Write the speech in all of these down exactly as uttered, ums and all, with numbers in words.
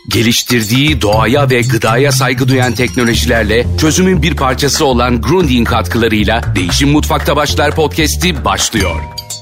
Geliştirdiği doğaya ve gıdaya saygı duyan teknolojilerle çözümün bir parçası olan Grundig'in katkılarıyla Değişim Mutfakta Başlar podcast'i başlıyor.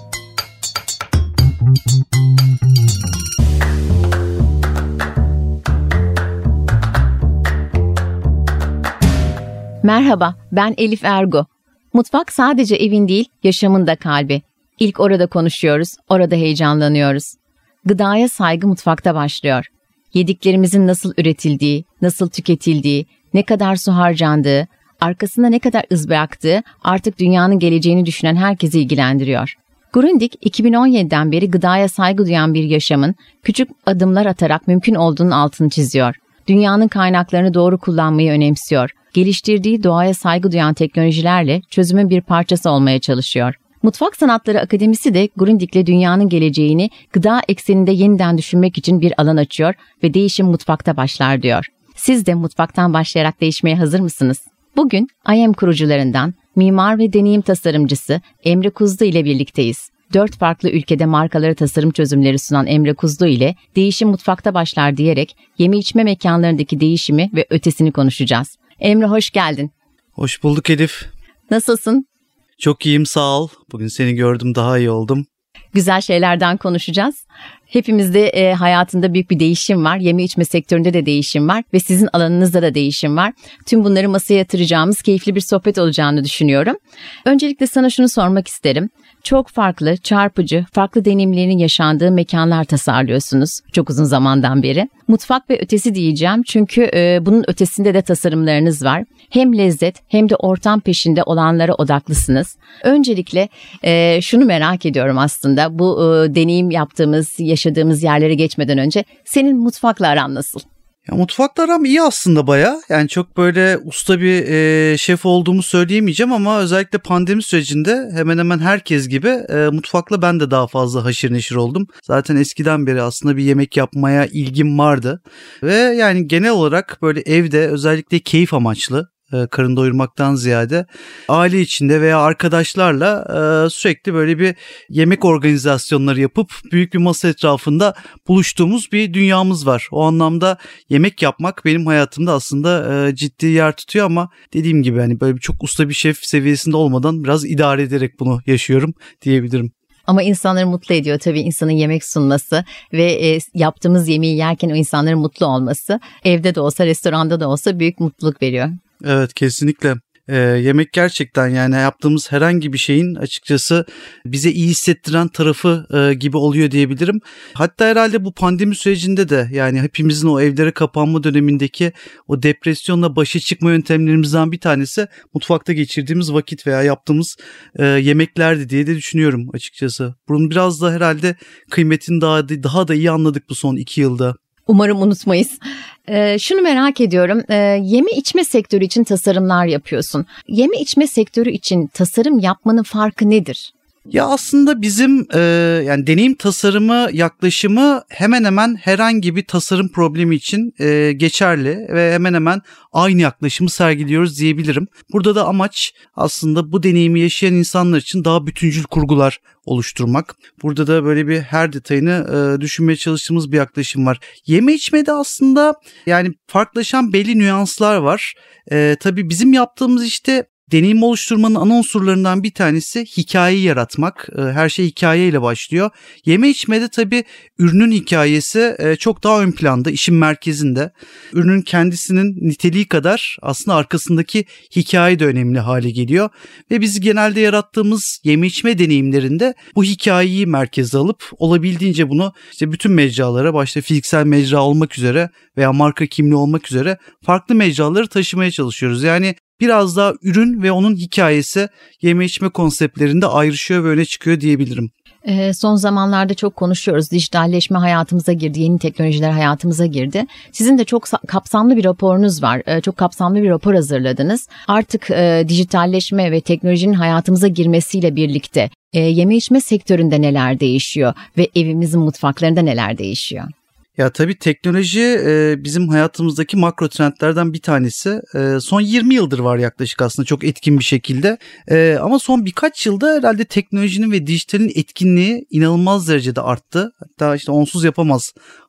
Merhaba, ben Elif Ergo. Mutfak sadece evin değil, yaşamın da kalbi. İlk orada konuşuyoruz, orada heyecanlanıyoruz. Gıdaya saygı mutfakta başlıyor. Yediklerimizin nasıl üretildiği, nasıl tüketildiği, ne kadar su harcandığı, arkasında ne kadar iz bıraktığı artık dünyanın geleceğini düşünen herkesi ilgilendiriyor. Grundig, iki bin on yediden beri gıdaya saygı duyan bir yaşamın küçük adımlar atarak mümkün olduğunun altını çiziyor. Dünyanın kaynaklarını doğru kullanmayı önemsiyor. Geliştirdiği doğaya saygı duyan teknolojilerle çözümün bir parçası olmaya çalışıyor. Mutfak Sanatları Akademisi de Grundig'le dünyanın geleceğini gıda ekseninde yeniden düşünmek için bir alan açıyor ve değişim mutfakta başlar diyor. Siz de mutfaktan başlayarak değişmeye hazır mısınız? Bugün I A M kurucularından mimar ve deneyim tasarımcısı Emre Kuzlu ile birlikteyiz. Dört farklı ülkede markaları tasarım çözümleri sunan Emre Kuzlu ile değişim mutfakta başlar diyerek yeme içme mekanlarındaki değişimi ve ötesini konuşacağız. Emre, hoş geldin. Hoş bulduk Elif. Nasılsın? Çok iyiyim, sağ ol. Bugün seni gördüm, daha iyi oldum. Güzel şeylerden konuşacağız. Hepimizde e, hayatında büyük bir değişim var. Yeme içme sektöründe de değişim var ve sizin alanınızda da değişim var. Tüm bunları masaya yatıracağımız keyifli bir sohbet olacağını düşünüyorum. Öncelikle sana şunu sormak isterim. Çok farklı, çarpıcı, farklı deneyimlerin yaşandığı mekanlar tasarlıyorsunuz çok uzun zamandan beri. Mutfak ve ötesi diyeceğim çünkü e, bunun ötesinde de tasarımlarınız var. Hem lezzet hem de ortam peşinde olanlara odaklısınız. Öncelikle e, şunu merak ediyorum aslında, bu e, deneyim yaptığımız, yaşadığımız yerlere geçmeden önce senin mutfakla aran nasıl? Ya, mutfakla aram iyi aslında baya. Yani çok böyle usta bir e, şef olduğumu söyleyemeyeceğim ama özellikle pandemi sürecinde hemen hemen herkes gibi e, mutfakla ben de daha fazla haşır neşir oldum. Zaten eskiden beri aslında bir yemek yapmaya ilgim vardı. Ve yani genel olarak böyle evde özellikle keyif amaçlı, karın doyurmaktan ziyade aile içinde veya arkadaşlarla e, sürekli böyle bir yemek organizasyonları yapıp büyük bir masa etrafında buluştuğumuz bir dünyamız var. O anlamda yemek yapmak benim hayatımda aslında e, ciddi yer tutuyor ama dediğim gibi hani böyle çok usta bir şef seviyesinde olmadan biraz idare ederek bunu yaşıyorum diyebilirim. Ama insanları mutlu ediyor tabii insanın yemek sunması ve e, yaptığımız yemeği yerken o insanların mutlu olması evde de olsa restoranda da olsa büyük mutluluk veriyor. Evet, kesinlikle. Ee, yemek gerçekten yani yaptığımız herhangi bir şeyin açıkçası bize iyi hissettiren tarafı e, gibi oluyor diyebilirim. Hatta herhalde bu pandemi sürecinde de yani hepimizin o evlere kapanma dönemindeki o depresyonla başa çıkma yöntemlerimizden bir tanesi mutfakta geçirdiğimiz vakit veya yaptığımız e, yemeklerdi diye de düşünüyorum açıkçası. Bunun biraz da herhalde kıymetini daha, daha da iyi anladık bu son iki yılda. Umarım unutmayız. Ee, şunu merak ediyorum, ee, yeme içme sektörü için tasarımlar yapıyorsun. Yeme içme sektörü için tasarım yapmanın farkı nedir? Ya aslında bizim e, yani deneyim tasarımı yaklaşımı hemen hemen herhangi bir tasarım problemi için e, geçerli ve hemen hemen aynı yaklaşımı sergiliyoruz diyebilirim. Burada da amaç aslında bu deneyimi yaşayan insanlar için daha bütüncül kurgular oluşturmak. Burada da böyle bir her detayını e, düşünmeye çalıştığımız bir yaklaşım var. Yeme içmede aslında yani farklılaşan belli nüanslar var. E, tabii bizim yaptığımız işte deneyim oluşturmanın ana unsurlarından bir tanesi hikayeyi yaratmak. Her şey hikayeyle başlıyor. Yeme içmede tabii ürünün hikayesi çok daha ön planda, işin merkezinde. Ürünün kendisinin niteliği kadar aslında arkasındaki hikaye de önemli hale geliyor. Ve biz genelde yarattığımız yeme içme deneyimlerinde bu hikayeyi merkeze alıp olabildiğince bunu işte bütün mecralara, başta fiziksel mecra olmak üzere veya marka kimliği olmak üzere farklı mecraları taşımaya çalışıyoruz. Yani biraz daha ürün ve onun hikayesi yeme içme konseptlerinde ayrışıyor ve öne çıkıyor diyebilirim. Ee, son zamanlarda çok konuşuyoruz. Dijitalleşme hayatımıza girdi, yeni teknolojiler hayatımıza girdi. Sizin de çok kapsamlı bir raporunuz var. Ee, çok kapsamlı bir rapor hazırladınız. Artık e, dijitalleşme ve teknolojinin hayatımıza girmesiyle birlikte e, yeme içme sektöründe neler değişiyor ve evimizin mutfaklarında neler değişiyor? Ya tabii teknoloji e, bizim hayatımızdaki makro trendlerden bir tanesi. E, son yirmi yıldır var yaklaşık aslında çok etkin bir şekilde. E, ama son birkaç yılda herhalde teknolojinin ve dijitalin etkinliği inanılmaz derecede arttı. Hatta işte onsuz yapamaz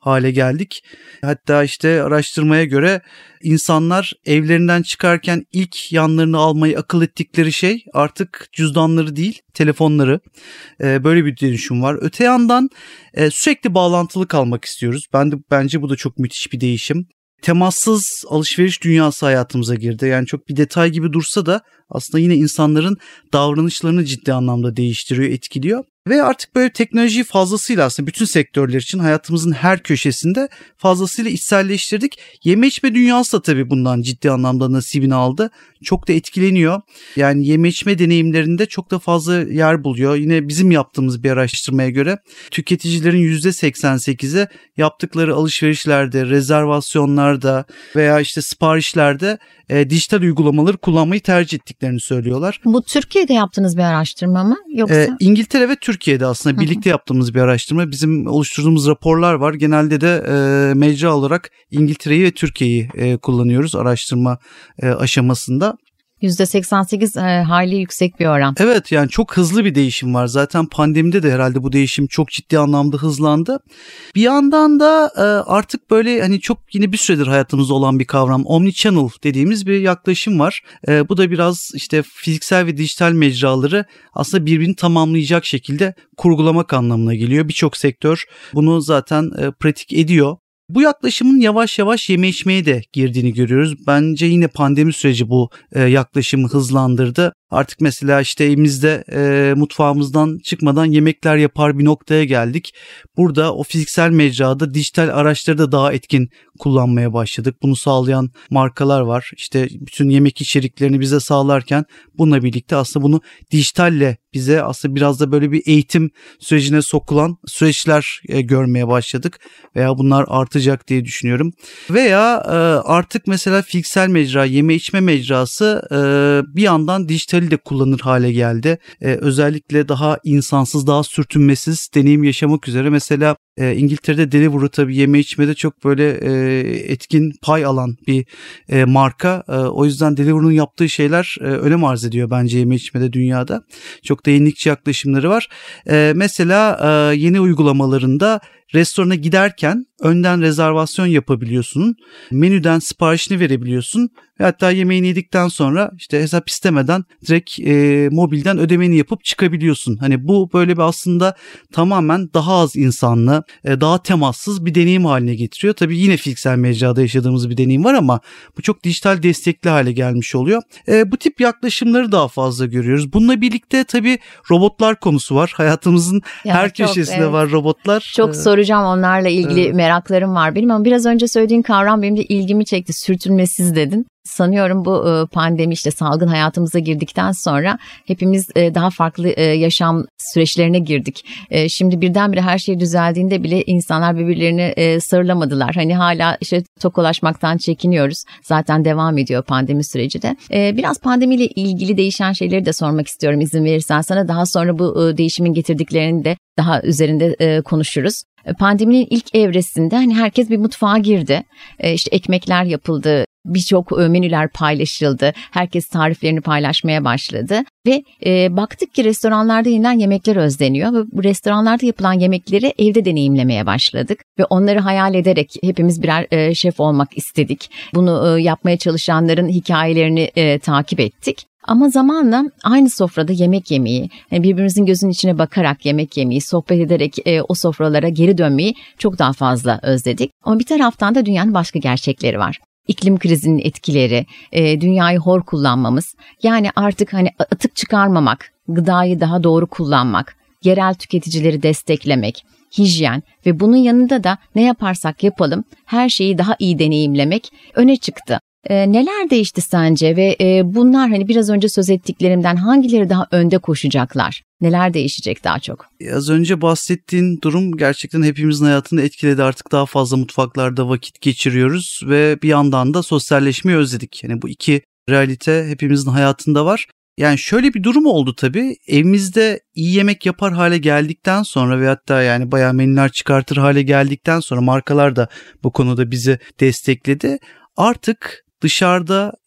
hale geldik. Hatta işte araştırmaya göre insanlar evlerinden çıkarken ilk yanlarını almayı akıl ettikleri şey artık cüzdanları değil, telefonları. Ee, böyle bir dönüşüm var. Öte yandan e, sürekli bağlantılı kalmak istiyoruz. Ben de bence bu da çok müthiş bir değişim. Temassız alışveriş dünyası hayatımıza girdi. Yani çok bir detay gibi dursa da aslında yine insanların davranışlarını ciddi anlamda değiştiriyor, etkiliyor. Ve artık böyle teknolojiyi fazlasıyla aslında bütün sektörler için hayatımızın her köşesinde fazlasıyla içselleştirdik. Yeme içme dünyası da tabii bundan ciddi anlamda nasibini aldı. Çok da etkileniyor. Yani yeme içme deneyimlerinde çok da fazla yer buluyor. Yine bizim yaptığımız bir araştırmaya göre tüketicilerin yüzde seksen sekizi yaptıkları alışverişlerde, rezervasyonlarda veya işte siparişlerde e, dijital uygulamaları kullanmayı tercih ettiklerini söylüyorlar. Bu Türkiye'de yaptığınız bir araştırma mı yoksa? E, İngiltere ve Türkiye'de aslında birlikte yaptığımız bir araştırma. Bizim oluşturduğumuz raporlar var. Genelde de e, mecra olarak İngiltere'yi ve Türkiye'yi e, kullanıyoruz araştırma e, aşamasında. yüzde seksen sekiz e, hayli yüksek bir oran. Evet, yani çok hızlı bir değişim var. Zaten pandemide de herhalde bu değişim çok ciddi anlamda hızlandı. Bir yandan da e, artık böyle hani çok yine bir süredir hayatımızda olan bir kavram, omnichannel dediğimiz bir yaklaşım var. E, bu da biraz işte fiziksel ve dijital mecraları aslında birbirini tamamlayacak şekilde kurgulamak anlamına geliyor. Birçok sektör bunu zaten e, pratik ediyor. Bu yaklaşımın yavaş yavaş yeme içmeye de girdiğini görüyoruz. Bence yine pandemi süreci bu e, yaklaşımı hızlandırdı. Artık mesela işte evimizde e, mutfağımızdan çıkmadan yemekler yapar bir noktaya geldik. Burada o fiziksel mecrada dijital araçları da daha etkin kullanmaya başladık. Bunu sağlayan markalar var. İşte bütün yemek içeriklerini bize sağlarken bununla birlikte aslında bunu dijitalle bize aslında biraz da böyle bir eğitim sürecine sokulan süreçler e, görmeye başladık. Veya bunlar artacak diye düşünüyorum. Veya e, artık mesela fiziksel mecra, yeme içme mecrası e, bir yandan dijital de kullanır hale geldi. Ee, özellikle daha insansız, daha sürtünmesiz deneyim yaşamak üzere. Mesela e, İngiltere'de Deliveroo tabii yeme içmede çok böyle e, etkin pay alan bir e, marka. E, o yüzden Deliveroo'nun yaptığı şeyler e, önem arz ediyor bence yeme içmede dünyada. Çok da yenilikçi yaklaşımları var. E, mesela e, yeni uygulamalarında restorana giderken önden rezervasyon yapabiliyorsun. Menüden siparişini verebiliyorsun. Ve hatta yemeğini yedikten sonra işte hesap istemeden direkt e, mobilden ödemeni yapıp çıkabiliyorsun. Hani bu böyle bir aslında tamamen daha az insanlı, e, daha temassız bir deneyim haline getiriyor. Tabii yine fiziksel mecrada yaşadığımız bir deneyim var ama bu çok dijital destekli hale gelmiş oluyor. E, bu tip yaklaşımları daha fazla görüyoruz. Bununla birlikte tabii robotlar konusu var. Hayatımızın ya her çok, köşesinde evet. var robotlar. Çok ee, soracağım onlarla ilgili evet. meraklarım var benim ama biraz önce söylediğin kavram benim de ilgimi çekti. Sürtünmesiz dedin. Sanıyorum bu pandemi işte salgın hayatımıza girdikten sonra hepimiz daha farklı yaşam süreçlerine girdik. Şimdi birdenbire her şey düzeldiğinde bile insanlar birbirlerini sarılamadılar. Hani hala işte tokalaşmaktan çekiniyoruz. Zaten devam ediyor pandemi süreci de. Biraz pandemiyle ilgili değişen şeyleri de sormak istiyorum izin verirsen sana. Daha sonra bu değişimin getirdiklerini de daha üzerinde konuşuruz. Pandeminin ilk evresinde hani herkes bir mutfağa girdi. İşte ekmekler yapıldı. Birçok menüler paylaşıldı. Herkes tariflerini paylaşmaya başladı. Ve e, baktık ki restoranlarda yenilen yemekler özleniyor. Ve bu restoranlarda yapılan yemekleri evde deneyimlemeye başladık. Ve onları hayal ederek hepimiz birer e, şef olmak istedik. Bunu e, yapmaya çalışanların hikayelerini e, takip ettik. Ama zamanla aynı sofrada yemek yemeyi, yani birbirimizin gözünün içine bakarak yemek yemeyi, sohbet ederek e, o sofralara geri dönmeyi çok daha fazla özledik. Ama bir taraftan da dünyanın başka gerçekleri var. İklim krizinin etkileri, e, dünyayı hor kullanmamız, yani artık hani atık çıkarmamak, gıdayı daha doğru kullanmak, yerel tüketicileri desteklemek, hijyen ve bunun yanında da ne yaparsak yapalım her şeyi daha iyi deneyimlemek öne çıktı. E, neler değişti sence ve e, bunlar hani biraz önce söz ettiklerimden hangileri daha önde koşacaklar? Neler değişecek daha çok? Az önce bahsettiğin durum gerçekten hepimizin hayatını etkiledi. Artık daha fazla mutfaklarda vakit geçiriyoruz ve bir yandan da sosyalleşmeyi özledik. Yani bu iki realite hepimizin hayatında var. Yani şöyle bir durum oldu tabii. Evimizde iyi yemek yapar hale geldikten sonra ve hatta yani bayağı menüler çıkartır hale geldikten sonra markalar da bu konuda bizi destekledi. Artık dışarıda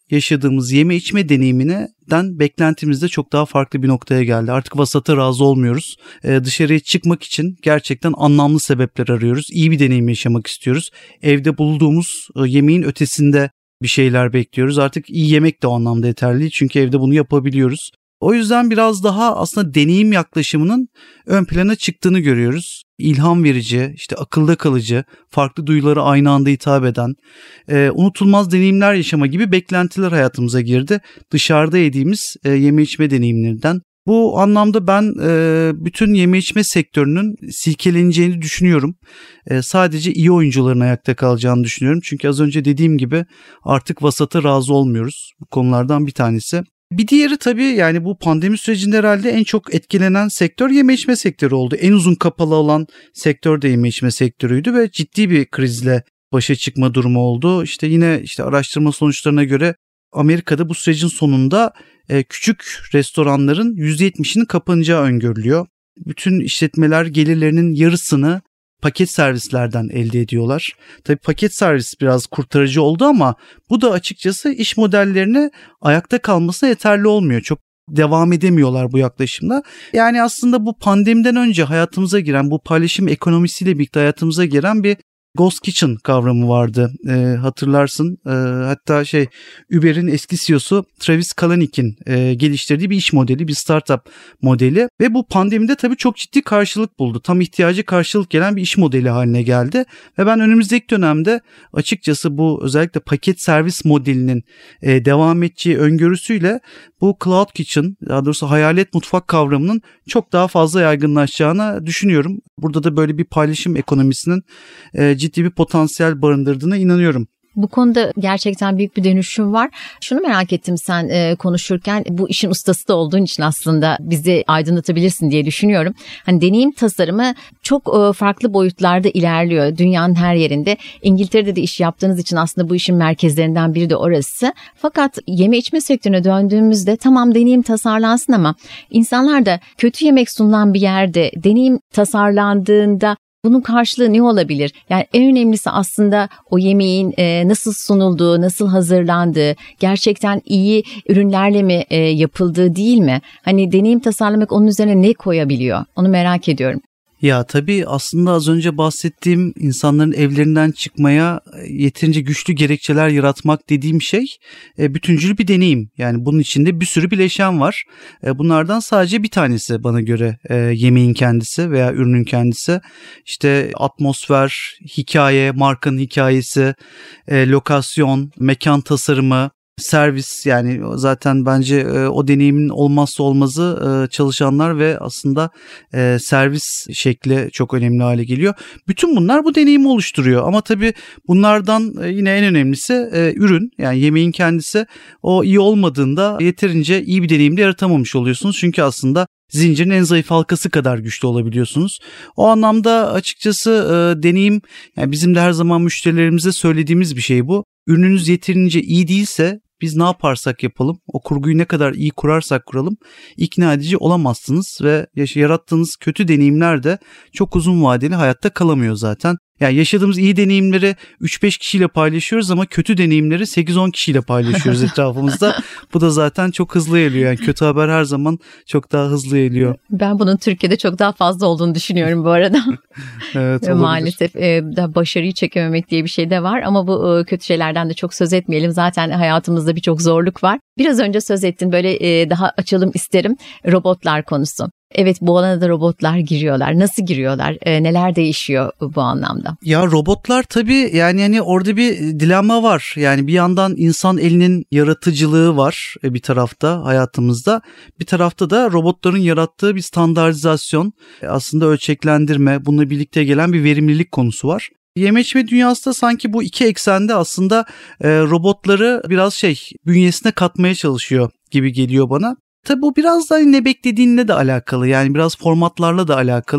yaşadığımız yeme içme deneyiminden beklentimiz de çok daha farklı bir noktaya geldi. Artık vasata razı olmuyoruz. Ee, dışarıya çıkmak için gerçekten anlamlı sebepler arıyoruz. İyi bir deneyim yaşamak istiyoruz. Evde bulduğumuz e, yemeğin ötesinde bir şeyler bekliyoruz. Artık iyi yemek de o anlamda yeterli değil. Çünkü evde bunu yapabiliyoruz. O yüzden biraz daha aslında deneyim yaklaşımının ön plana çıktığını görüyoruz. İlham verici, işte akılda kalıcı, farklı duyulara aynı anda hitap eden, e, unutulmaz deneyimler yaşama gibi beklentiler hayatımıza girdi. Dışarıda yediğimiz e, yeme içme deneyimlerinden. Bu anlamda ben e, bütün yeme içme sektörünün silkeleneceğini düşünüyorum. E, sadece iyi oyuncuların ayakta kalacağını düşünüyorum. Çünkü az önce dediğim gibi artık vasata razı olmuyoruz. Bu konulardan bir tanesi. Bir diğeri tabii yani bu pandemi sürecinde herhalde en çok etkilenen sektör yeme içme sektörü oldu. En uzun kapalı olan sektör de yeme içme sektörüydü ve ciddi bir krizle başa çıkma durumu oldu. İşte yine işte araştırma sonuçlarına göre Amerika'da bu sürecin sonunda e, küçük restoranların yüzde yetmişinin kapanacağı öngörülüyor. Bütün işletmeler gelirlerinin yarısını paket servislerden elde ediyorlar. Tabii paket servis biraz kurtarıcı oldu ama bu da açıkçası iş modellerine ayakta kalmasına yeterli olmuyor. Çok devam edemiyorlar bu yaklaşımla. Yani aslında bu pandemiden önce hayatımıza giren, bu paylaşım ekonomisiyle birlikte hayatımıza giren bir Ghost Kitchen kavramı vardı. E, hatırlarsın. E, hatta şey Uber'in eski C E O'su Travis Kalanick'in e, geliştirdiği bir iş modeli, bir startup modeli ve bu pandemide tabii çok ciddi karşılık buldu. Tam ihtiyacı karşılık gelen bir iş modeli haline geldi ve ben önümüzdeki dönemde açıkçası bu özellikle paket servis modelinin e, devam edeceği öngörüsüyle bu Cloud Kitchen, daha doğrusu hayalet mutfak kavramının çok daha fazla yaygınlaşacağını düşünüyorum. Burada da böyle bir paylaşım ekonomisinin e, ciddi bir potansiyel barındırdığına inanıyorum. Bu konuda gerçekten büyük bir dönüşüm var. Şunu merak ettim sen e, konuşurken, bu işin ustası da olduğun için aslında bizi aydınlatabilirsin diye düşünüyorum. Hani deneyim tasarımı çok e, farklı boyutlarda ilerliyor dünyanın her yerinde. İngiltere'de de iş yaptığınız için aslında bu işin merkezlerinden biri de orası. Fakat yeme içme sektörüne döndüğümüzde tamam deneyim tasarlansın ama insanlar da kötü yemek sunulan bir yerde deneyim tasarlandığında bunun karşılığı ne olabilir? Yani en önemlisi aslında o yemeğin e, nasıl sunulduğu, nasıl hazırlandığı, gerçekten iyi ürünlerle mi e, yapıldığı değil mi? Hani deneyim tasarlamak onun üzerine ne koyabiliyor? Onu merak ediyorum. Ya tabii aslında az önce bahsettiğim insanların evlerinden çıkmaya yeterince güçlü gerekçeler yaratmak dediğim şey e, bütüncül bir deneyim. Yani bunun içinde bir sürü bileşen var. E, bunlardan sadece bir tanesi bana göre e, yemeğin kendisi veya ürünün kendisi. İşte atmosfer, hikaye, markanın hikayesi, e, lokasyon, mekan tasarımı, servis, yani zaten bence e, o deneyimin olmazsa olmazı e, çalışanlar ve aslında e, servis şekli çok önemli hale geliyor. Bütün bunlar bu deneyimi oluşturuyor ama tabii bunlardan e, yine en önemlisi e, ürün, yani yemeğin kendisi. O iyi olmadığında yeterince iyi bir deneyim de yaratamamış oluyorsunuz çünkü aslında zincirin en zayıf halkası kadar güçlü olabiliyorsunuz. O anlamda açıkçası e, deneyim, yani bizim de her zaman müşterilerimize söylediğimiz bir şey bu. Ürününüz yeterince iyi değilse biz ne yaparsak yapalım, o kurguyu ne kadar iyi kurarsak kuralım ikna edici olamazsınız ve yarattığınız kötü deneyimler de çok uzun vadeli hayatta kalamıyor zaten. Yani yaşadığımız iyi deneyimleri üç beş kişiyle paylaşıyoruz ama kötü deneyimleri sekiz on kişiyle paylaşıyoruz etrafımızda. Bu da zaten çok hızlı yayılıyor. Yani kötü haber her zaman çok daha hızlı yayılıyor. Ben bunun Türkiye'de çok daha fazla olduğunu düşünüyorum bu arada. Evet, maalesef e, başarıyı çekememek diye bir şey de var ama bu e, kötü şeylerden de çok söz etmeyelim. Zaten hayatımızda birçok zorluk var. Biraz önce söz ettin, böyle e, daha açalım isterim, robotlar konusu. Evet, bu alana da robotlar giriyorlar. Nasıl giriyorlar? E, neler değişiyor bu anlamda? Ya robotlar tabii yani hani orada bir dilemma var. Yani bir yandan insan elinin yaratıcılığı var bir tarafta hayatımızda. Bir tarafta da robotların yarattığı bir standartizasyon, aslında ölçeklendirme, bununla birlikte gelen bir verimlilik konusu var. Yeme içme dünyasında sanki bu iki eksende aslında e, robotları biraz şey bünyesine katmaya çalışıyor gibi geliyor bana. Tabii bu biraz da ne beklediğinle de alakalı, yani biraz formatlarla da alakalı.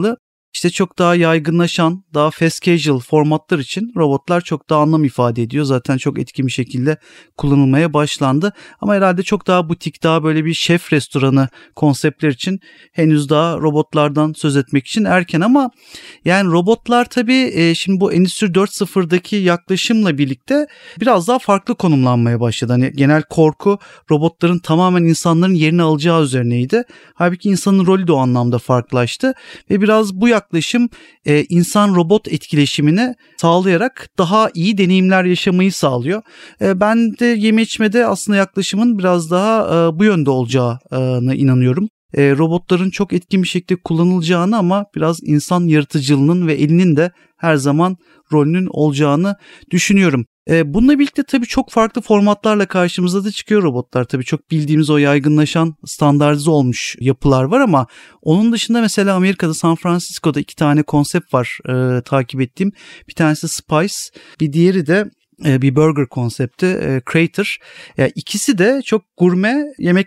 İşte çok daha yaygınlaşan, daha fast casual formatlar için robotlar çok daha anlam ifade ediyor. Zaten çok etkin bir şekilde kullanılmaya başlandı. Ama herhalde çok daha butik, daha böyle bir şef restoranı konseptler için henüz daha robotlardan söz etmek için erken. Ama yani robotlar tabii şimdi bu Endüstri dört nokta sıfırdaki yaklaşımla birlikte biraz daha farklı konumlanmaya başladı. Hani genel korku robotların tamamen insanların yerini alacağı üzerineydi. Halbuki insanın rolü de o anlamda farklılaştı ve biraz bu yaklaşım e, insan-robot etkileşimini sağlayarak daha iyi deneyimler yaşamayı sağlıyor. E, ben de yeme içmede aslında yaklaşımın biraz daha e, bu yönde olacağına inanıyorum. E, robotların çok etkin bir şekilde kullanılacağını ama biraz insan yaratıcılığının ve elinin de her zaman rolünün olacağını düşünüyorum. E, bununla birlikte tabii çok farklı formatlarla karşımıza da çıkıyor robotlar. Tabii çok bildiğimiz o yaygınlaşan, standartize olmuş yapılar var ama onun dışında mesela Amerika'da San Francisco'da iki tane konsept var e, takip ettiğim. Bir tanesi Spice, bir diğeri de bir burger konsepti, e, Crater. Yani ikisi de çok gurme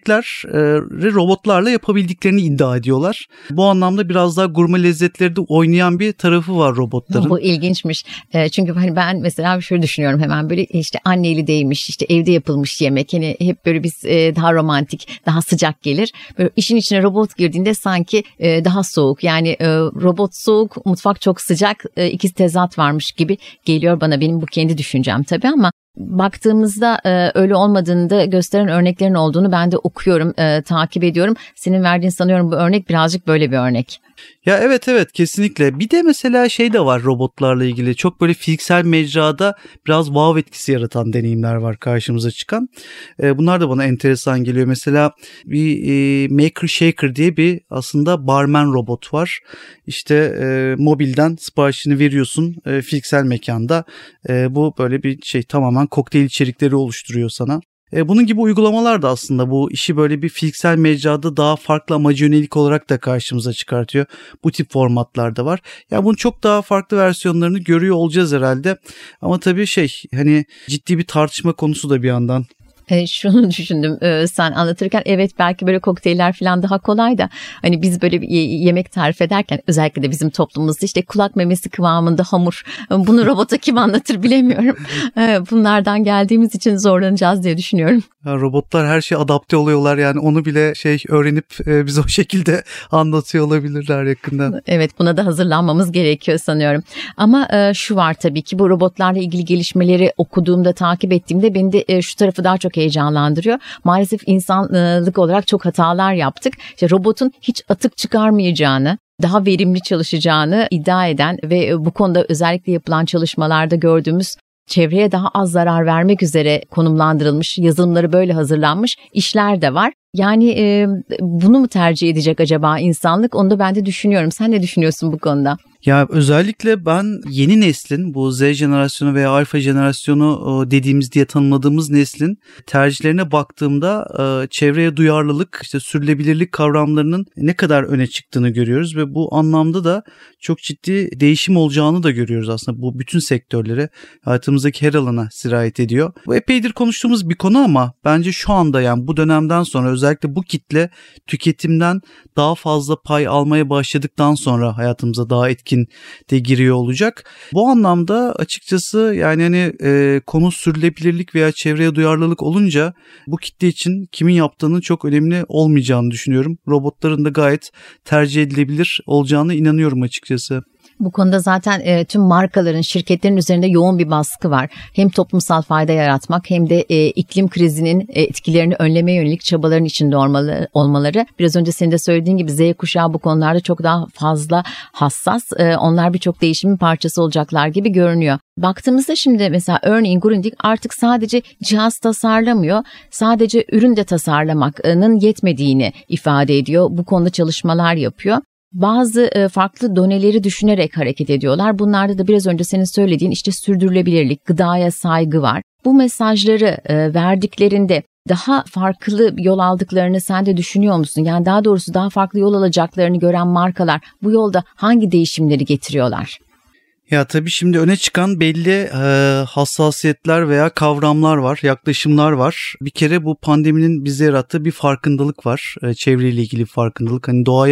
yemekleri robotlarla yapabildiklerini iddia ediyorlar. Bu anlamda biraz daha gurme lezzetleri de oynayan bir tarafı var robotların. Bu ilginçmiş. E, çünkü hani ben mesela şöyle düşünüyorum hemen böyle işte anne eli değmiş, işte evde yapılmış yemek. Hani hep böyle biz e, daha romantik, daha sıcak gelir. Böyle işin içine robot girdiğinde sanki e, daha soğuk. Yani e, robot soğuk, mutfak çok sıcak. E, ikisi tezat varmış gibi geliyor bana. Benim bu kendi düşüncem tabii ama baktığımızda e, öyle olmadığını da gösteren örneklerin olduğunu ben de okuyorum, e, takip ediyorum. Senin verdiğin sanıyorum bu örnek birazcık böyle bir örnek. Ya evet evet kesinlikle. Bir de mesela şey de var robotlarla ilgili. Çok böyle fiziksel mecrada biraz wow etkisi yaratan deneyimler var karşımıza çıkan. E, bunlar da bana enteresan geliyor. Mesela bir e, Maker Shaker diye bir aslında barman robot var. İşte e, mobilden siparişini veriyorsun e, fiziksel mekanda. E, bu böyle bir şey tamamen kokteyl içerikleri oluşturuyor sana. Bunun gibi uygulamalar da aslında bu işi böyle bir fiziksel mecrada daha farklı amaca yönelik olarak da karşımıza çıkartıyor. Bu tip formatlarda var. Ya bunun çok daha farklı versiyonlarını görüyor olacağız herhalde. Ama tabii şey hani ciddi bir tartışma konusu da bir yandan. E, şunu düşündüm e, sen anlatırken, evet belki böyle kokteyller falan daha kolay da hani biz böyle bir yemek tarif ederken özellikle de bizim toplumumuzda işte kulak memesi kıvamında hamur, bunu robota kim anlatır bilemiyorum. E, bunlardan geldiğimiz için zorlanacağız diye düşünüyorum. Ya robotlar her şeye adapte oluyorlar yani onu bile şey öğrenip e, bize o şekilde anlatıyor olabilirler yakında. Evet, buna da hazırlanmamız gerekiyor sanıyorum. Ama e, şu var tabii ki bu robotlarla ilgili gelişmeleri okuduğumda, takip ettiğimde beni de e, şu tarafı daha çok heyecanlandırıyor. Maalesef insanlık olarak çok hatalar yaptık. İşte robotun hiç atık çıkarmayacağını, daha verimli çalışacağını iddia eden ve bu konuda özellikle yapılan çalışmalarda gördüğümüz çevreye daha az zarar vermek üzere konumlandırılmış, yazılımları böyle hazırlanmış işler de var. Yani e, bunu mu tercih edecek acaba insanlık? Onu da ben de düşünüyorum. Sen ne düşünüyorsun bu konuda? Ya özellikle ben yeni neslin, bu Z jenerasyonu veya alfa jenerasyonu dediğimiz diye tanımladığımız neslin tercihlerine baktığımda çevreye duyarlılık, işte sürdürülebilirlik kavramlarının ne kadar öne çıktığını görüyoruz ve bu anlamda da çok ciddi değişim olacağını da görüyoruz aslında. Bu bütün sektörlere, hayatımızdaki her alana sirayet ediyor. Bu epeydir konuştuğumuz bir konu ama bence şu anda yani bu dönemden sonra özellikle bu kitle tüketimden daha fazla pay almaya başladıktan sonra hayatımıza daha etkin de giriyor olacak. Bu anlamda açıkçası yani hani e, konu sürdürülebilirlik veya çevreye duyarlılık olunca bu kitle için kimin yaptığının çok önemli olmayacağını düşünüyorum. Robotların da gayet tercih edilebilir olacağını inanıyorum açıkçası. Bu konuda zaten e, tüm markaların, şirketlerin üzerinde yoğun bir baskı var. Hem toplumsal fayda yaratmak hem de e, iklim krizinin e, etkilerini önlemeye yönelik çabaların içinde olmalı, olmaları. Biraz önce senin de söylediğin gibi Z kuşağı bu konularda çok daha fazla hassas. E, onlar birçok değişimin parçası olacaklar gibi görünüyor. Baktığımızda şimdi mesela örneğin Grundig artık sadece cihaz tasarlamıyor, sadece ürün de tasarlamanın yetmediğini ifade ediyor. Bu konuda çalışmalar yapıyor. Bazı farklı doneleri düşünerek hareket ediyorlar. Bunlarda da biraz önce senin söylediğin işte sürdürülebilirlik, gıdaya saygı var. Bu mesajları verdiklerinde daha farklı yol aldıklarını sen de düşünüyor musun? Yani daha doğrusu daha farklı yol alacaklarını gören markalar bu yolda hangi değişimleri getiriyorlar? Ya tabii şimdi öne çıkan belli e, hassasiyetler veya kavramlar var, yaklaşımlar var. Bir kere bu pandeminin bize yarattığı bir farkındalık var. E, çevreyle ilgili farkındalık. Hani doğaya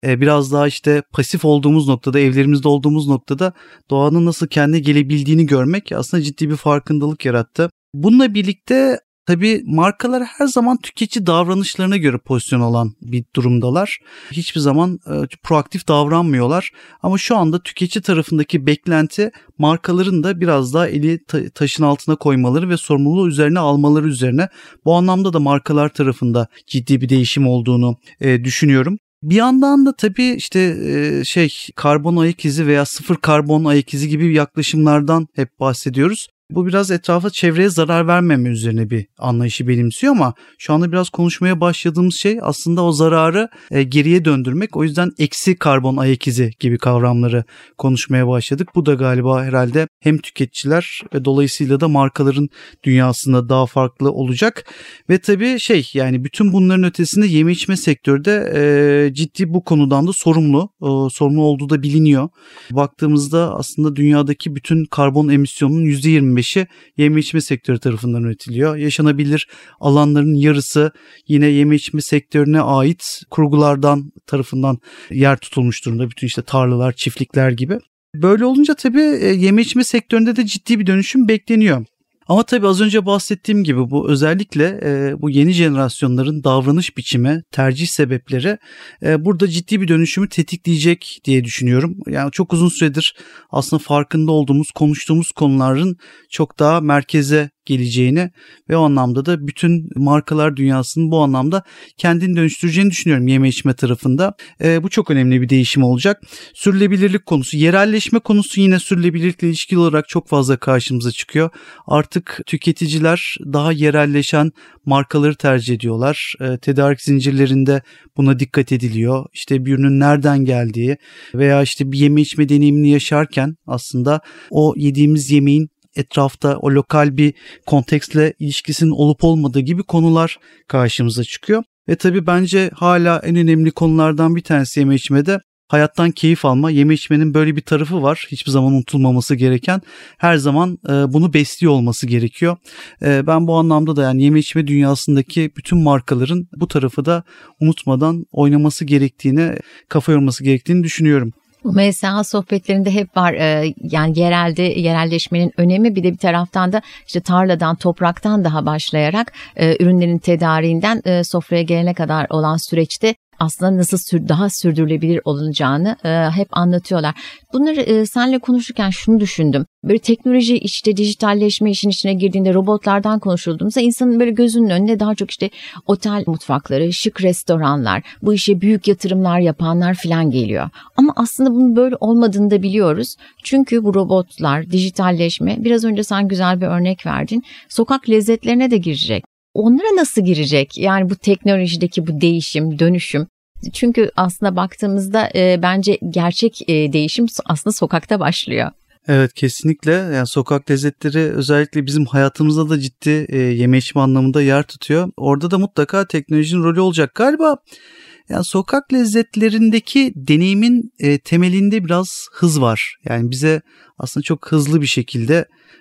e, biraz daha işte pasif olduğumuz noktada, evlerimizde olduğumuz noktada doğanın nasıl kendine gelebildiğini görmek aslında ciddi bir farkındalık yarattı. Bununla birlikte tabii markalar her zaman tüketici davranışlarına göre pozisyon alan bir durumdalar. Hiçbir zaman e, proaktif davranmıyorlar. Ama şu anda tüketici tarafındaki beklenti markaların da biraz daha eli ta- taşın altına koymaları ve sorumluluğu üzerine almaları üzerine. Bu anlamda da markalar tarafında ciddi bir değişim olduğunu e, düşünüyorum. Bir yandan da tabii işte e, şey karbon ayak izi veya sıfır karbon ayak izi gibi yaklaşımlardan hep bahsediyoruz. Bu biraz etrafa, çevreye zarar vermeme üzerine bir anlayışı benimsiyor ama şu anda biraz konuşmaya başladığımız şey aslında o zararı e, geriye döndürmek. O yüzden eksi karbon ayak izi gibi kavramları konuşmaya başladık. Bu da galiba herhalde hem tüketiciler ve dolayısıyla da markaların dünyasında daha farklı olacak. Ve tabii şey yani bütün bunların ötesinde yeme içme sektörü de e, ciddi bu konudan da sorumlu. E, sorumlu olduğu da biliniyor. Baktığımızda aslında dünyadaki bütün karbon emisyonunun yüzde yirmi beşi yeme içme sektörü tarafından üretiliyor. Yaşanabilir alanların yarısı yine yeme içme sektörüne ait kurgulardan tarafından yer tutulmuş durumda. Bütün işte tarlalar, çiftlikler gibi. Böyle olunca tabii yeme içme sektöründe de ciddi bir dönüşüm bekleniyor. Ama tabii az önce bahsettiğim gibi bu özellikle e, bu yeni jenerasyonların davranış biçimi, tercih sebepleri e, burada ciddi bir dönüşümü tetikleyecek diye düşünüyorum. Yani çok uzun süredir aslında farkında olduğumuz, konuştuğumuz konuların çok daha merkeze geleceğini ve o anlamda da bütün markalar dünyasının bu anlamda kendini dönüştüreceğini düşünüyorum yeme içme tarafında. E, bu çok önemli bir değişim olacak. Sürdürülebilirlik konusu, yerelleşme konusu yine sürdürülebilirlikle ilişkili olarak çok fazla karşımıza çıkıyor. Artık tüketiciler daha yerelleşen markaları tercih ediyorlar. E, tedarik zincirlerinde buna dikkat ediliyor. İşte bir ürünün nereden geldiği veya işte bir yeme içme deneyimini yaşarken aslında o yediğimiz yemeğin etrafta o lokal bir kontekstle ilişkisinin olup olmadığı gibi konular karşımıza çıkıyor. Ve tabii bence hala en önemli konulardan bir tanesi yeme içmede hayattan keyif alma. Yeme içmenin böyle bir tarafı var. Hiçbir zaman unutulmaması gereken. Her zaman e, bunu besliyor olması gerekiyor. E, ben bu anlamda da yani yeme içme dünyasındaki bütün markaların bu tarafı da unutmadan oynaması gerektiğini, kafa yorması gerektiğini düşünüyorum. Bu M S A sohbetlerinde hep var ee, yani yerelde yerelleşmenin önemi, bir de bir taraftan da işte tarladan, topraktan daha başlayarak e, ürünlerin tedariğinden e, sofraya gelene kadar olan süreçte aslında nasıl sür, daha sürdürülebilir olunacağını e, hep anlatıyorlar. Bunları e, seninle konuşurken şunu düşündüm. Böyle teknoloji işte dijitalleşme işin içine girdiğinde, robotlardan konuşulduğumuzda insanın böyle gözünün önüne daha çok işte otel mutfakları, şık restoranlar, bu işe büyük yatırımlar yapanlar falan geliyor. Ama aslında bunun böyle olmadığını da biliyoruz. Çünkü bu robotlar, dijitalleşme, biraz önce sen güzel bir örnek verdin, sokak lezzetlerine de girecek. Onlara nasıl girecek? Yani bu teknolojideki bu değişim, dönüşüm. Çünkü aslında baktığımızda e, bence gerçek e, değişim aslında sokakta başlıyor. Evet, kesinlikle. Yani sokak lezzetleri özellikle bizim hayatımızda da ciddi e, yeme içme anlamında yer tutuyor. Orada da mutlaka teknolojinin rolü olacak. Galiba yani sokak lezzetlerindeki deneyimin e, temelinde biraz hız var. Yani bize aslında çok hızlı bir şekilde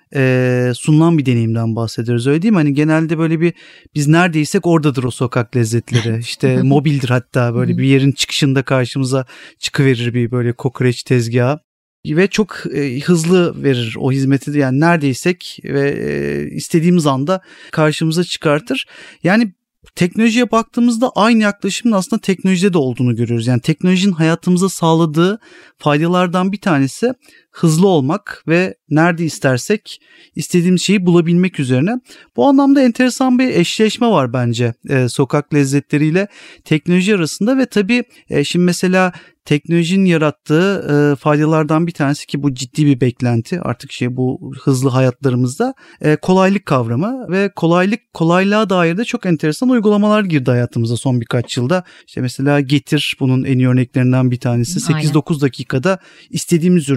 e, sunulan bir deneyimden bahsediyoruz, öyle değil mi? Hani genelde böyle bir biz neredeysek oradadır o sokak lezzetleri. İşte mobildir, hatta böyle bir yerin çıkışında karşımıza çıkıverir bir böyle kokoreç tezgahı. Ve çok e, hızlı verir o hizmeti, yani neredeysek ve e, istediğimiz anda karşımıza çıkartır. Yani teknolojiye baktığımızda aynı yaklaşımın aslında teknolojide de olduğunu görüyoruz. Yani teknolojinin hayatımıza sağladığı faydalardan bir tanesi hızlı olmak ve nerede istersek istediğimiz şeyi bulabilmek üzerine. Bu anlamda enteresan bir eşleşme var bence e, sokak lezzetleriyle teknoloji arasında ve tabii e, şimdi mesela teknolojinin yarattığı e, faydalardan bir tanesi, ki bu ciddi bir beklenti artık şey bu hızlı hayatlarımızda, e, kolaylık kavramı ve kolaylık kolaylığa dair de çok enteresan uygulamalar girdi hayatımıza son birkaç yılda. İşte mesela Getir bunun en iyi örneklerinden bir tanesi. sekiz dokuz dakikada istediğimiz ürünü, hatta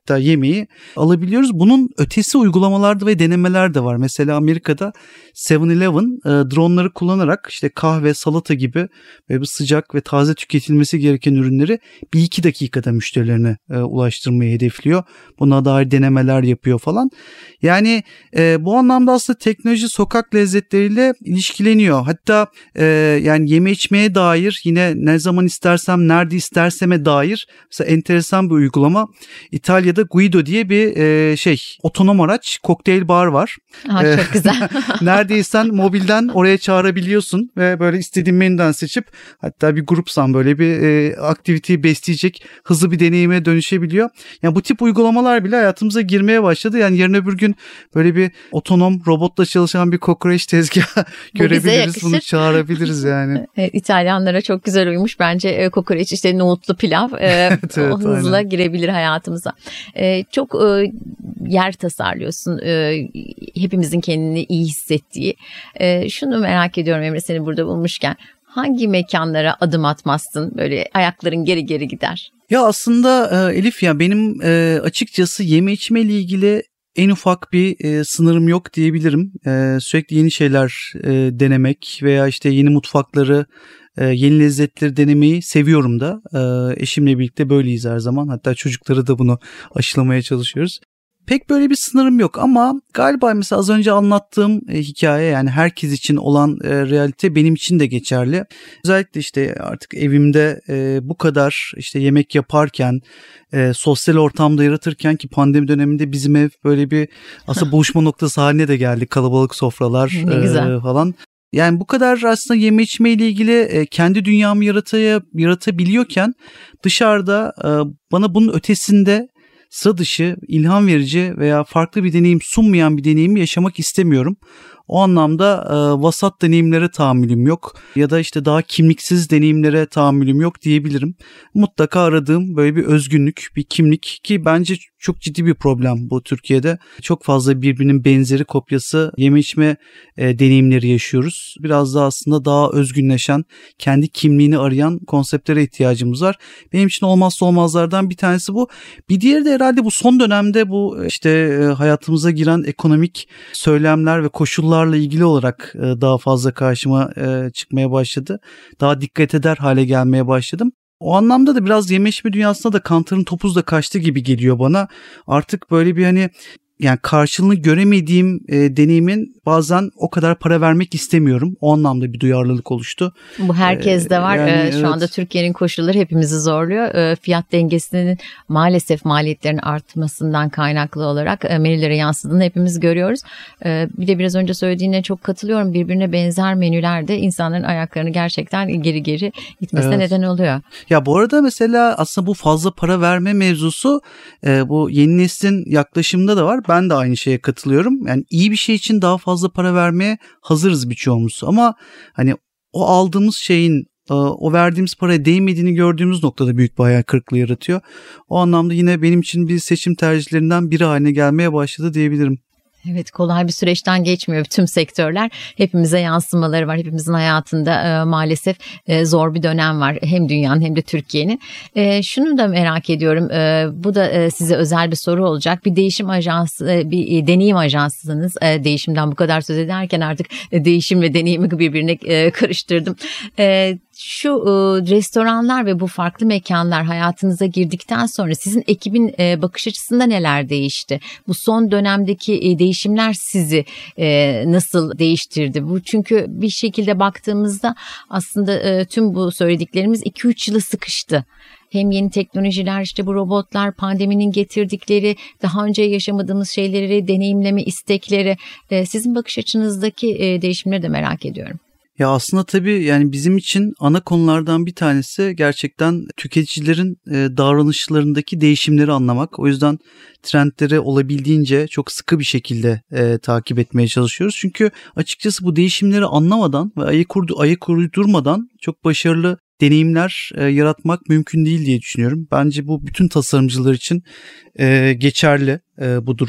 hatta yemeği alabiliyoruz. Bunun ötesi uygulamalarda ve denemeler de var. Mesela Amerika'da seven eleven e, dronları kullanarak işte kahve, salata gibi böyle sıcak ve taze tüketilmesi gereken ürünleri bir iki dakikada müşterilerine e, ulaştırmayı hedefliyor. Buna dair denemeler yapıyor falan. Yani e, bu anlamda aslında teknoloji sokak lezzetleriyle ilişkileniyor. Hatta e, yani yeme içmeye dair yine ne zaman istersem, nerede isterseme dair mesela enteresan bir uygulama. İtalya'da Guido diye bir e, şey otonom araç, kokteyl bar var. Aa, çok güzel. Neredeysen mobilden oraya çağırabiliyorsun ve böyle istediğin menüden seçip hatta bir grupsan böyle bir e, aktiviteyi besleyecek hızlı bir deneyime dönüşebiliyor. Yani bu tip uygulamalar bile hayatımıza girmeye başladı. Yani yarın öbür gün böyle bir otonom robotla çalışan bir kokoreç tezgahı görebiliriz. Bunu çağırabiliriz yani. Evet, İtalyanlara çok güzel uymuş. Bence e, kokoreç işte nohutlu pilav e, evet, evet, o hızla aynen. girebilir hayatımıza. E, çok e, yer tasarlıyorsun. E, hepimizin kendini iyi hissettiği. E, şunu merak ediyorum Emre, seni burada bulmuşken. Hangi mekanlara adım atmazsın? Böyle ayakların geri geri gider. Ya aslında e, Elif ya benim e, açıkçası yeme içme ile ilgili en ufak bir e, sınırım yok diyebilirim. E, sürekli yeni şeyler e, denemek veya işte yeni mutfakları, e, yeni lezzetleri denemeyi seviyorum da. E, eşimle birlikte böyleyiz her zaman. Hatta çocukları da bunu aşılamaya çalışıyoruz. Pek böyle bir sınırım yok ama galiba mesela az önce anlattığım e, hikaye yani herkes için olan e, realite benim için de geçerli. Özellikle işte artık evimde e, bu kadar işte yemek yaparken, e, sosyal ortamda yaratırken ki pandemi döneminde bizim ev böyle bir aslında buluşma noktası haline de geldi. Kalabalık sofralar e, falan. Yani bu kadar aslında yeme içme ile ilgili e, kendi dünyamı yarataya, yaratabiliyorken dışarıda e, bana bunun ötesinde sıra dışı, ilham verici veya farklı bir deneyim sunmayan bir deneyimi yaşamak istemiyorum. O anlamda e, vasat deneyimlere tahammülüm yok ya da işte daha kimliksiz deneyimlere tahammülüm yok diyebilirim. Mutlaka aradığım böyle bir özgünlük, bir kimlik ki bence çok ciddi bir problem bu Türkiye'de. Çok fazla birbirinin benzeri kopyası yeme içme e, deneyimleri yaşıyoruz. Biraz daha aslında daha özgünleşen, kendi kimliğini arayan konseptlere ihtiyacımız var. Benim için olmazsa olmazlardan bir tanesi bu. Bir diğeri de herhalde bu son dönemde bu işte e, hayatımıza giren ekonomik söylemler ve koşullarla ilgili olarak e, daha fazla karşıma e, çıkmaya başladı. Daha dikkat eder hale gelmeye başladım. O anlamda da biraz yeme içme dünyasında da kantarın topuz da kaçtı gibi geliyor bana. Artık böyle bir hani yani karşılığını göremediğim e, deneyimin bazen o kadar para vermek istemiyorum. O anlamda bir duyarlılık oluştu. Bu herkeste var. Yani, ee, şu evet. anda Türkiye'nin koşulları hepimizi zorluyor. Ee, fiyat dengesinin maalesef maliyetlerin artmasından kaynaklı olarak e, menülere yansıdığını hepimiz görüyoruz. Ee, bir de biraz önce söylediğine çok katılıyorum. Birbirine benzer menülerde insanların ayaklarını gerçekten geri geri gitmesine evet. neden oluyor. Ya bu arada mesela aslında bu fazla para verme mevzusu e, bu yeni neslin yaklaşımında da var. Ben de aynı şeye katılıyorum. Yani iyi bir şey için daha fazla para vermeye hazırız birçoğumuz. Ama hani o aldığımız şeyin, o verdiğimiz paraya değmediğini gördüğümüz noktada büyük bir hayal kırıklığı yaratıyor. O anlamda yine benim için bir seçim tercihlerinden biri haline gelmeye başladı diyebilirim. Evet, kolay bir süreçten geçmiyor tüm sektörler. Hepimize yansımaları var. Hepimizin hayatında e, maalesef e, zor bir dönem var. Hem dünyanın hem de Türkiye'nin. E, şunu da merak ediyorum. E, bu da e, size özel bir soru olacak. Bir değişim ajansı, e, bir e, deneyim ajansısınız. E, değişimden bu kadar söz ederken artık e, değişim ve deneyimi birbirine e, karıştırdım. E, Şu e, restoranlar ve bu farklı mekanlar hayatınıza girdikten sonra sizin ekibin e, bakış açısında neler değişti? Bu son dönemdeki e, değişimler sizi e, nasıl değiştirdi? Bu çünkü bir şekilde baktığımızda aslında e, tüm bu söylediklerimiz iki üç yılı sıkıştı. Hem yeni teknolojiler, işte bu robotlar, pandeminin getirdikleri, daha önce yaşamadığımız şeyleri deneyimleme istekleri. E, sizin bakış açınızdaki e, değişimleri de merak ediyorum. Ya aslında tabii yani bizim için ana konulardan bir tanesi gerçekten tüketicilerin e, davranışlarındaki değişimleri anlamak. O yüzden trendleri olabildiğince çok sıkı bir şekilde e, takip etmeye çalışıyoruz. Çünkü açıkçası bu değişimleri anlamadan ve ayak, urdu, ayak uydurmadan çok başarılı deneyimler e, yaratmak mümkün değil diye düşünüyorum. Bence bu bütün tasarımcılar için e, geçerli e, bu durum.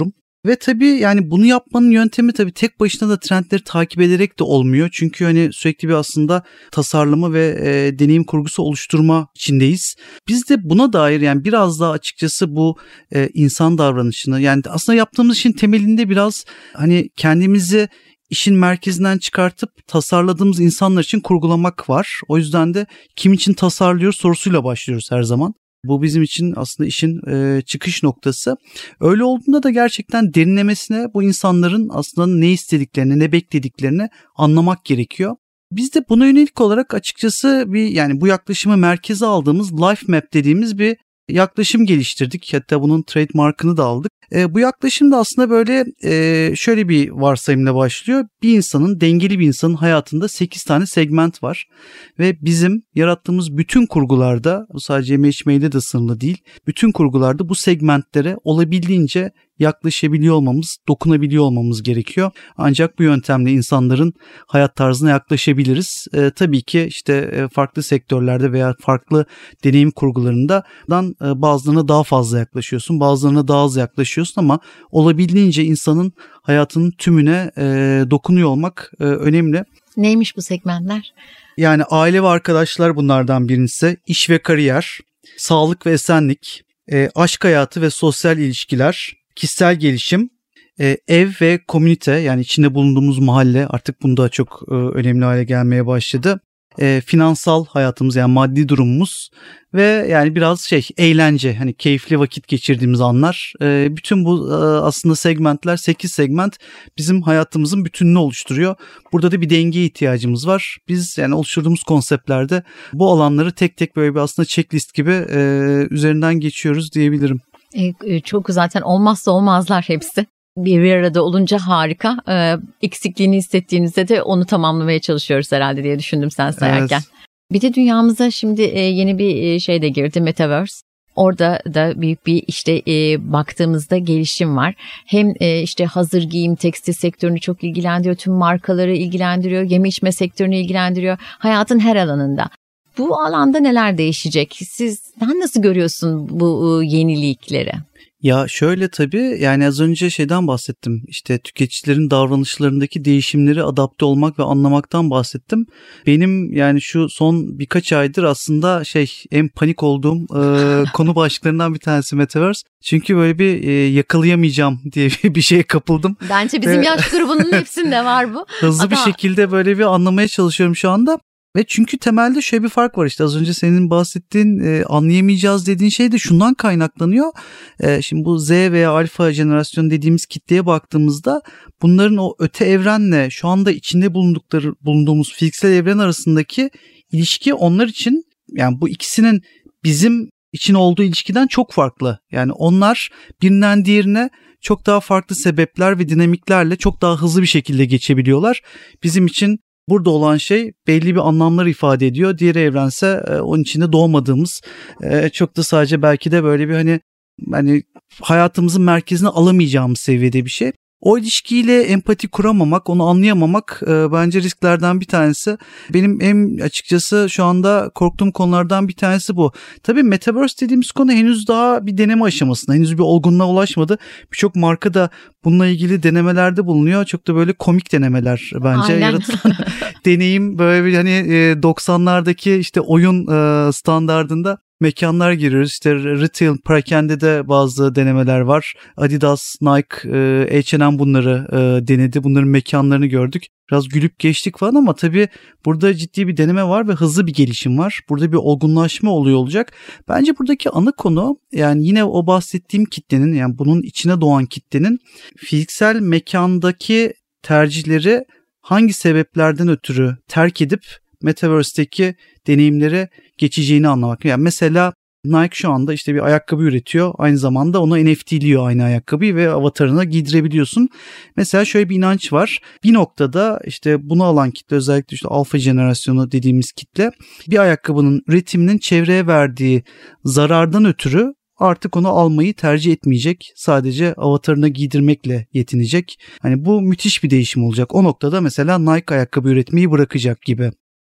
Ve tabii yani bunu yapmanın yöntemi tabii tek başına da trendleri takip ederek de olmuyor. Çünkü hani sürekli bir aslında tasarlama ve e, deneyim kurgusu oluşturma içindeyiz. Biz de buna dair yani biraz daha açıkçası bu e, insan davranışını, yani aslında yaptığımız işin temelinde biraz hani kendimizi işin merkezinden çıkartıp tasarladığımız insanlar için kurgulamak var. O yüzden de kim için tasarlıyoruz sorusuyla başlıyoruz her zaman. Bu bizim için aslında işin e, çıkış noktası. Öyle olduğunda da gerçekten derinlemesine bu insanların aslında ne istediklerini, ne beklediklerini anlamak gerekiyor. Biz de buna yönelik olarak açıkçası bir yani bu yaklaşımı merkeze aldığımız Life Map dediğimiz bir yaklaşım geliştirdik. Hatta bunun trademark'ını da aldık. E, bu yaklaşım da aslında böyle e, şöyle bir varsayımla başlıyor. Bir insanın, dengeli bir insanın hayatında sekiz tane segment var. Ve bizim yarattığımız bütün kurgularda, bu sadece yeme içmeyle de sınırlı değil, bütün kurgularda bu segmentlere olabildiğince yaklaşabiliyor olmamız, dokunabiliyor olmamız gerekiyor. Ancak bu yöntemle insanların hayat tarzına yaklaşabiliriz. E, tabii ki işte e, farklı sektörlerde veya farklı deneyim kurgularında e, bazılarına daha fazla yaklaşıyorsun, bazılarına daha az yaklaşıyorsun ama olabildiğince insanın hayatının tümüne e, dokunuyor olmak e, önemli. Neymiş bu segmentler? Yani aile ve arkadaşlar bunlardan birincisi, iş ve kariyer, sağlık ve esenlik, e, aşk hayatı ve sosyal ilişkiler, kişisel gelişim, e, ev ve komünite, yani içinde bulunduğumuz mahalle artık bunda çok e, önemli hale gelmeye başladı. E, finansal hayatımız, yani maddi durumumuz ve yani biraz şey eğlence, hani keyifli vakit geçirdiğimiz anlar. E, bütün bu e, aslında segmentler, sekiz segment bizim hayatımızın bütününü oluşturuyor. Burada da bir dengeye ihtiyacımız var. Biz yani oluşturduğumuz konseptlerde bu alanları tek tek böyle bir aslında checklist gibi e, üzerinden geçiyoruz diyebilirim. E, çok zaten olmazsa olmazlar hepsi. Bir, bir arada olunca harika. Ee, eksikliğini hissettiğinizde de onu tamamlamaya çalışıyoruz herhalde diye düşündüm sen sayarken. Evet. Bir de dünyamıza şimdi e, yeni bir e, şey de girdi, Metaverse. Orada da büyük bir işte e, baktığımızda gelişim var. Hem e, işte hazır giyim, tekstil sektörünü çok ilgilendiriyor, tüm markaları ilgilendiriyor, yeme içme sektörünü ilgilendiriyor, hayatın her alanında. Bu alanda neler değişecek? Sizden nasıl görüyorsun bu e, yenilikleri? Ya şöyle tabii, yani az önce şeyden bahsettim, işte tüketicilerin davranışlarındaki değişimleri adapte olmak ve anlamaktan bahsettim. Benim yani şu son birkaç aydır aslında şey en panik olduğum e, konu başlıklarından bir tanesi Metaverse. Çünkü böyle bir e, yakalayamayacağım diye bir şeye kapıldım. Bence bizim ve yaş grubunun hepsinde var bu. Hızlı Hatta... bir şekilde böyle bir anlamaya çalışıyorum şu anda. Ve çünkü temelde şöyle bir fark var, işte az önce senin bahsettiğin e, anlayamayacağız dediğin şey de şundan kaynaklanıyor. E, şimdi bu Z veya alfa jenerasyon dediğimiz kitleye baktığımızda bunların o öte evrenle şu anda içinde bulundukları bulunduğumuz fiziksel evren arasındaki ilişki onlar için, yani bu ikisinin bizim için olduğu ilişkiden çok farklı. Yani onlar birinden diğerine çok daha farklı sebepler ve dinamiklerle çok daha hızlı bir şekilde geçebiliyorlar. Bizim için burada olan şey belli bir anlamlar ifade ediyor. Diğer evrense e, onun içinde doğmadığımız, e, çok da sadece belki de böyle bir hani hani hayatımızın merkezine alamayacağımız seviyede bir şey. O ilişkiyle empati kuramamak, onu anlayamamak e, bence risklerden bir tanesi. Benim en açıkçası şu anda korktuğum konulardan bir tanesi bu. Tabii Metaverse dediğimiz konu henüz daha bir deneme aşamasında. Henüz bir olgunluğa ulaşmadı. Birçok marka da bununla ilgili denemelerde bulunuyor. Çok da böyle komik denemeler bence. Aynen. Yaratılan deneyim böyle bir hani e, doksanlardaki işte oyun e, standardında mekanlar giriyoruz. İşte retail, perakende de bazı denemeler var. Adidas, Nike, H and M bunları e, denedi. Bunların mekanlarını gördük. Biraz gülüp geçtik falan ama tabii burada ciddi bir deneme var ve hızlı bir gelişim var. Burada bir olgunlaşma oluyor olacak. Bence buradaki ana konu, yani yine o bahsettiğim kitlenin, yani bunun içine doğan kitlenin fiziksel mekandaki tercihleri hangi sebeplerden ötürü terk edip Metaverse'deki deneyimlere geçeceğini anlamak. Yani mesela Nike şu anda işte bir ayakkabı üretiyor. Aynı zamanda onu N F T'liyor aynı ayakkabıyı ve avatarına giydirebiliyorsun. Mesela şöyle bir inanç var. Bir noktada işte bunu alan kitle, özellikle işte alfa jenerasyonu dediğimiz kitle, bir ayakkabının üretiminin çevreye verdiği zarardan ötürü artık onu almayı tercih etmeyecek. Sadece avatarına giydirmekle yetinecek. Hani bu müthiş bir değişim olacak. O noktada mesela Nike ayakkabı üretmeyi bırakacak gibi.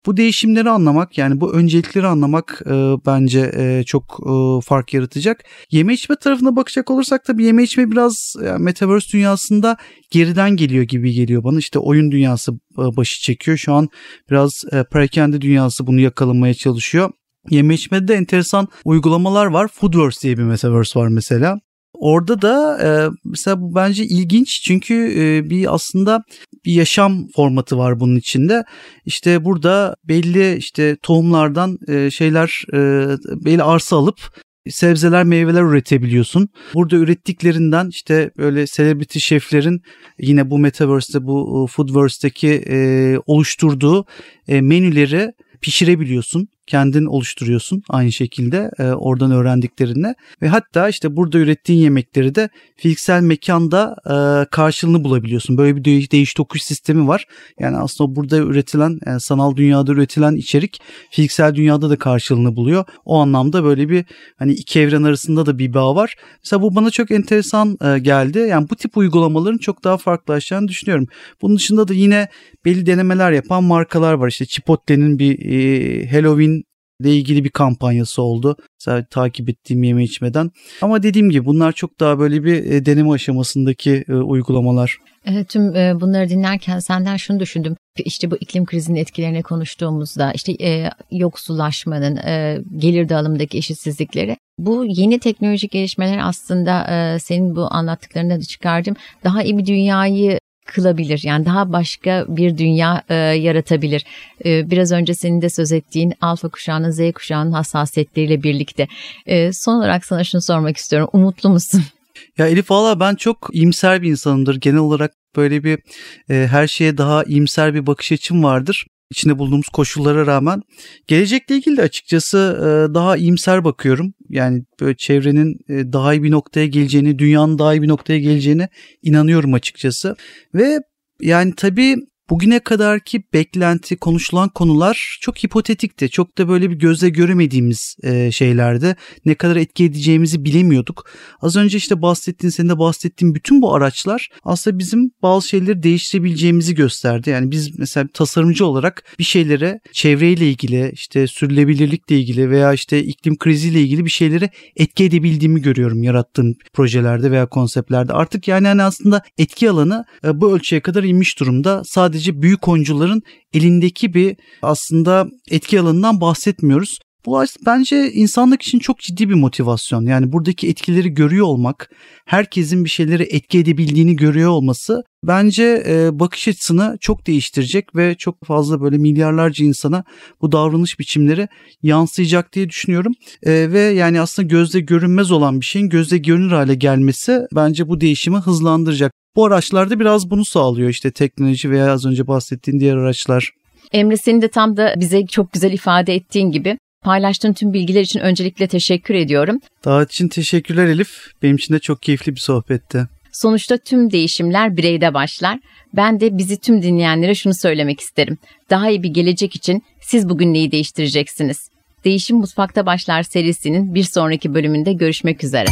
Bu değişimleri anlamak, yani bu öncelikleri anlamak e, bence e, çok e, fark yaratacak. Yeme içme tarafına bakacak olursak tabii yeme içme biraz yani Metaverse dünyasında geriden geliyor gibi geliyor bana. İşte oyun dünyası e, başı çekiyor. Şu an biraz e, perakende dünyası bunu yakalamaya çalışıyor. Yeme içmede de enteresan uygulamalar var. Foodverse diye bir Metaverse var mesela. Orada da e, mesela bu bence ilginç çünkü e, bir aslında bir yaşam formatı var bunun içinde. İşte burada belli işte tohumlardan e, şeyler e, belli arsa alıp sebzeler, meyveler üretebiliyorsun. Burada ürettiklerinden işte böyle celebrity şeflerin yine bu Metaverse'te, bu Foodverse'deki e, oluşturduğu e, menüleri pişirebiliyorsun. Kendin oluşturuyorsun aynı şekilde e, oradan öğrendiklerinle ve hatta işte burada ürettiğin yemekleri de fiziksel mekanda e, karşılığını bulabiliyorsun. Böyle bir değiş, değiş tokuş sistemi var. Yani aslında burada üretilen, yani sanal dünyada üretilen içerik fiziksel dünyada da karşılığını buluyor. O anlamda böyle bir hani iki evren arasında da bir bağ var. Mesela bu bana çok enteresan e, geldi. Yani bu tip uygulamaların çok daha farklılaşacağını düşünüyorum. Bunun dışında da yine belli denemeler yapan markalar var. İşte Chipotle'nin bir e, Halloween ile ilgili bir kampanyası oldu. Mesela takip ettiğim yeme içmeden. Ama dediğim gibi bunlar çok daha böyle bir e, deneme aşamasındaki e, uygulamalar. Evet, tüm e, bunları dinlerken senden şunu düşündüm. İşte bu iklim krizinin etkilerini konuştuğumuzda işte e, yoksullaşmanın, e, gelir dağılımındaki eşitsizlikleri. Bu yeni teknolojik gelişmeler aslında e, senin bu anlattıklarından da çıkardım. Daha iyi bir dünyayı kılabilir. Yani daha başka bir dünya e, yaratabilir. E, biraz önce senin de söz ettiğin alfa kuşağının, Z kuşağının hassasiyetleriyle birlikte. E, son olarak sana şunu sormak istiyorum. Umutlu musun? Ya Elif, valla ben çok iyimser bir insanımdır. Genel olarak böyle bir e, her şeye daha iyimser bir bakış açım vardır. İçinde bulunduğumuz koşullara rağmen. Gelecekle ilgili de açıkçası e, daha iyimser bakıyorum. Yani böyle çevrenin e, daha iyi bir noktaya geleceğini, dünyanın daha iyi bir noktaya geleceğine inanıyorum açıkçası. Ve yani tabii bugüne kadarki beklenti, konuşulan konular çok hipotetikti. Çok da böyle bir gözle göremediğimiz e, şeylerdi. Ne kadar etki edeceğimizi bilemiyorduk. Az önce işte bahsettiğin, senin de bahsettiğin bütün bu araçlar aslında bizim bazı şeyleri değiştirebileceğimizi gösterdi. Yani biz mesela tasarımcı olarak bir şeylere çevreyle ilgili, işte sürdürülebilirlikle ilgili veya işte iklim kriziyle ilgili bir şeyleri etki edebildiğimi görüyorum yarattığım projelerde veya konseptlerde. Artık yani hani aslında etki alanı e, bu ölçüye kadar inmiş durumda. Sadece büyük oyuncuların elindeki bir aslında etki alanından bahsetmiyoruz. Bu bence insanlık için çok ciddi bir motivasyon. Yani buradaki etkileri görüyor olmak, herkesin bir şeyleri etki edebildiğini görüyor olması bence e, bakış açısını çok değiştirecek ve çok fazla böyle milyarlarca insana bu davranış biçimleri yansıyacak diye düşünüyorum. E, ve yani aslında gözle görünmez olan bir şeyin gözle görünür hale gelmesi bence bu değişimi hızlandıracak. Bu araçlarda biraz bunu sağlıyor, işte teknoloji veya az önce bahsettiğin diğer araçlar. Emre, senin de tam da bize çok güzel ifade ettiğin gibi paylaştığın tüm bilgiler için öncelikle teşekkür ediyorum. Davet için teşekkürler Elif. Benim için de çok keyifli bir sohbetti. Sonuçta tüm değişimler bireyde başlar. Ben de bizi tüm dinleyenlere şunu söylemek isterim. Daha iyi bir gelecek için siz bugün neyi değiştireceksiniz? Değişim Mutfakta Başlar serisinin bir sonraki bölümünde görüşmek üzere.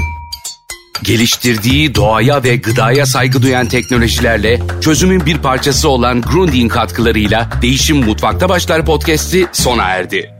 Geliştirdiği doğaya ve gıdaya saygı duyan teknolojilerle çözümün bir parçası olan Grundig katkılarıyla Değişim Mutfakta Başlar podcast'i sona erdi.